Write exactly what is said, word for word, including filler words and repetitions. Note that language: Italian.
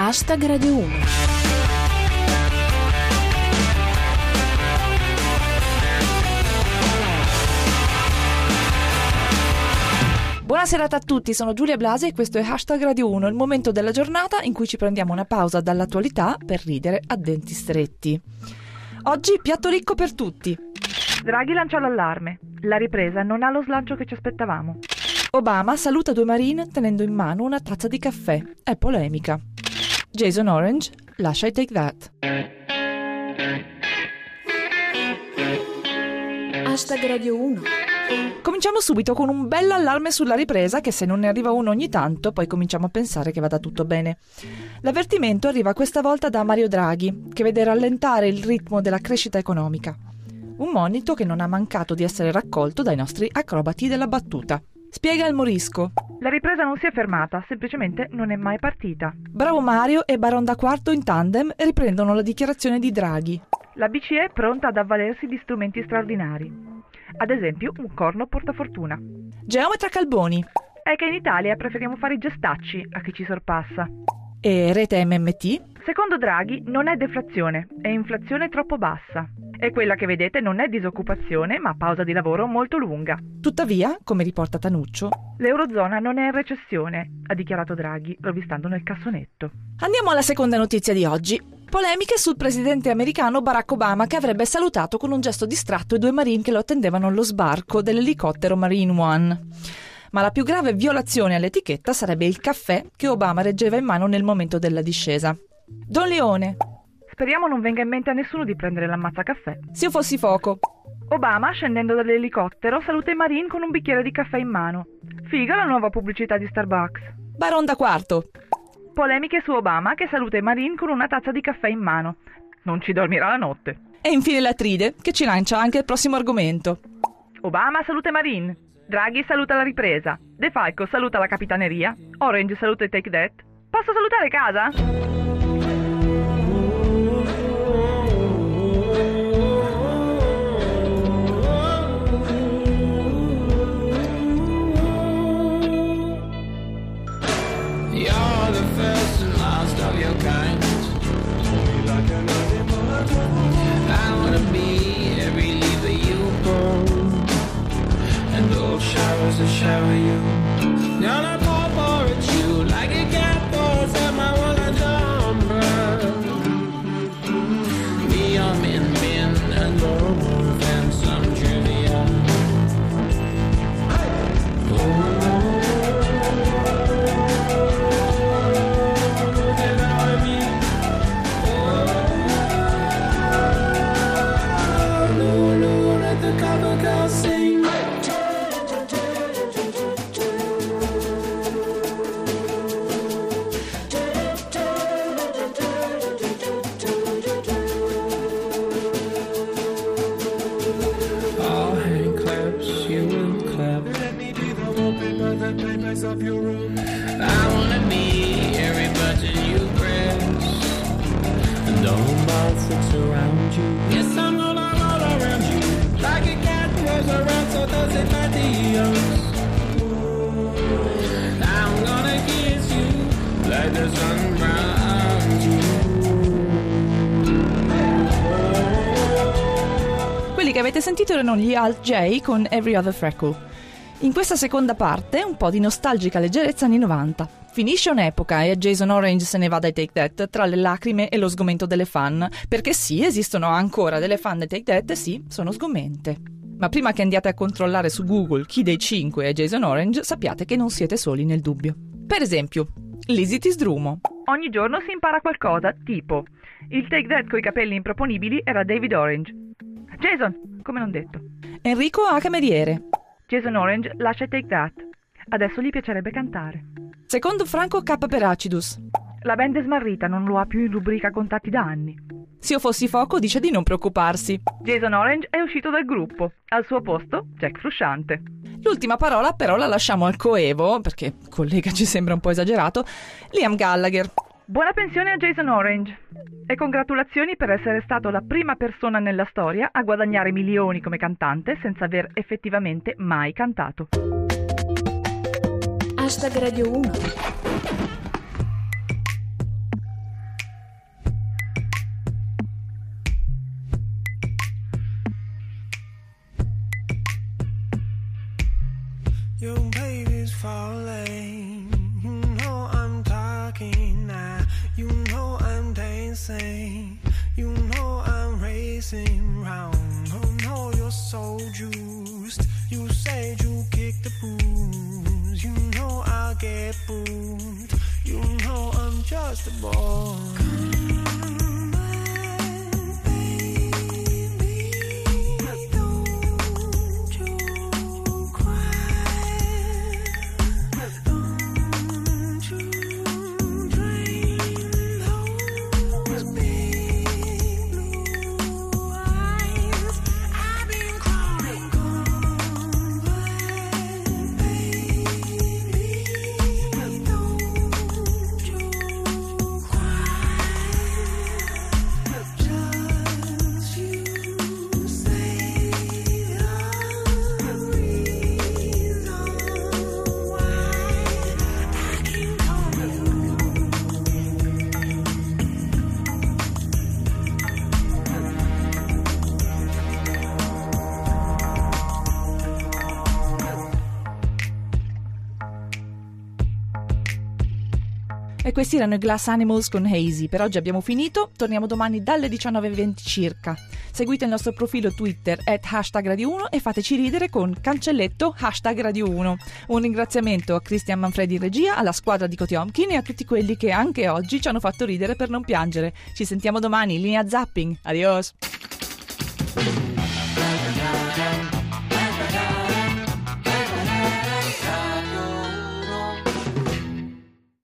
Hashtag Radio uno. Buona serata a tutti, sono Giulia Blasi e questo è Hashtag Radio uno, il momento della giornata in cui ci prendiamo una pausa dall'attualità per ridere a denti stretti. Oggi piatto ricco per tutti. Draghi lancia l'allarme. La ripresa non ha lo slancio che ci aspettavamo. Obama saluta due marine tenendo in mano una tazza di caffè. È polemica. Jason Orange lascia I Take That. Hashtag Radio uno. Cominciamo subito con un bel allarme sulla ripresa che se non ne arriva uno ogni tanto poi cominciamo a pensare che vada tutto bene. L'avvertimento arriva questa volta da Mario Draghi, che vede rallentare il ritmo della crescita economica. Un monito che non ha mancato di essere raccolto dai nostri acrobati della battuta. Spiega il Morisco. La ripresa non si è fermata, semplicemente non è mai partita. Bravo Mario e Baron da Quarto in tandem riprendono la dichiarazione di Draghi. La B C E è pronta ad avvalersi di strumenti straordinari. Ad esempio, un corno portafortuna. Geometra Calboni. È che in Italia preferiamo fare i gestacci a chi ci sorpassa. E Rete M M T? Secondo Draghi non è deflazione, è inflazione troppo bassa. E quella che vedete non è disoccupazione, ma pausa di lavoro molto lunga. Tuttavia, come riporta Tanuccio, l'Eurozona non è in recessione, ha dichiarato Draghi, rovistando nel cassonetto. Andiamo alla seconda notizia di oggi. Polemiche sul presidente americano Barack Obama, che avrebbe salutato con un gesto distratto i due marine che lo attendevano allo sbarco dell'elicottero Marine One. Ma la più grave violazione all'etichetta sarebbe il caffè che Obama reggeva in mano nel momento della discesa. Don Leone. Speriamo non venga in mente a nessuno di prendere l'ammazzacaffè. Se io fossi fuoco. Obama, scendendo dall'elicottero, saluta i marine con un bicchiere di caffè in mano. Figa la nuova pubblicità di Starbucks. Baron da Quarto. Polemiche su Obama che saluta i marine con una tazza di caffè in mano. Non ci dormirà la notte. E infine l'Atride, che ci lancia anche il prossimo argomento. Obama saluta i marine. Draghi saluta la ripresa. De Falco saluta la capitaneria. Orange saluta i Take That. Posso salutare casa? To shower you. Now I fall for it, you like a cat falls at my wallet umbrella. Me, I'm in men and love and some trivia. Oh, no, no, let the cover girl sing. Of your room. I wanna be every button you press, and all my tricks around you. Yes, I'm gonna roll around you like a cat rolls around, so does it Matthias. I'm gonna kiss you like the sun around you. Quelli che avete sentito erano gli Alt J con Every Other Freckle. In questa seconda parte un po' di nostalgica leggerezza anni novanta. Finisce un'epoca e Jason Orange se ne va dai Take That tra le lacrime e lo sgomento delle fan, perché sì, esistono ancora delle fan dei Take That e sì, sono sgomente. Ma prima che andiate a controllare su Google chi dei cinque è Jason Orange, sappiate che non siete soli nel dubbio. Per esempio, Lizzie Tisdrumo. Ogni giorno si impara qualcosa, tipo il Take That coi capelli improponibili era David Orange. Jason, come non detto. Enrico A. Cameriere. Jason Orange lascia Take That. Adesso gli piacerebbe cantare. Secondo Franco K. Peracidus. La band è smarrita, non lo ha più in rubrica contatti da anni. Se io fossi fuoco dice di non preoccuparsi. Jason Orange è uscito dal gruppo. Al suo posto, Jack Frusciante. L'ultima parola però la lasciamo al coevo, perché collega ci sembra un po' esagerato, Liam Gallagher. Buona pensione a Jason Orange e congratulazioni per essere stato la prima persona nella storia a guadagnare milioni come cantante senza aver effettivamente mai cantato. Hashtag Radio uno. truth. You know I'm just a boy. E questi erano i Glass Animals con Hazy. Per oggi abbiamo finito, torniamo domani dalle diciannove e venti circa. Seguite il nostro profilo Twitter at hashtag Radio uno e fateci ridere con cancelletto hashtag Radio uno. Un ringraziamento a Cristian Manfredi in regia, alla squadra di Kotiomkin e a tutti quelli che anche oggi ci hanno fatto ridere per non piangere. Ci sentiamo domani, linea zapping. Adios!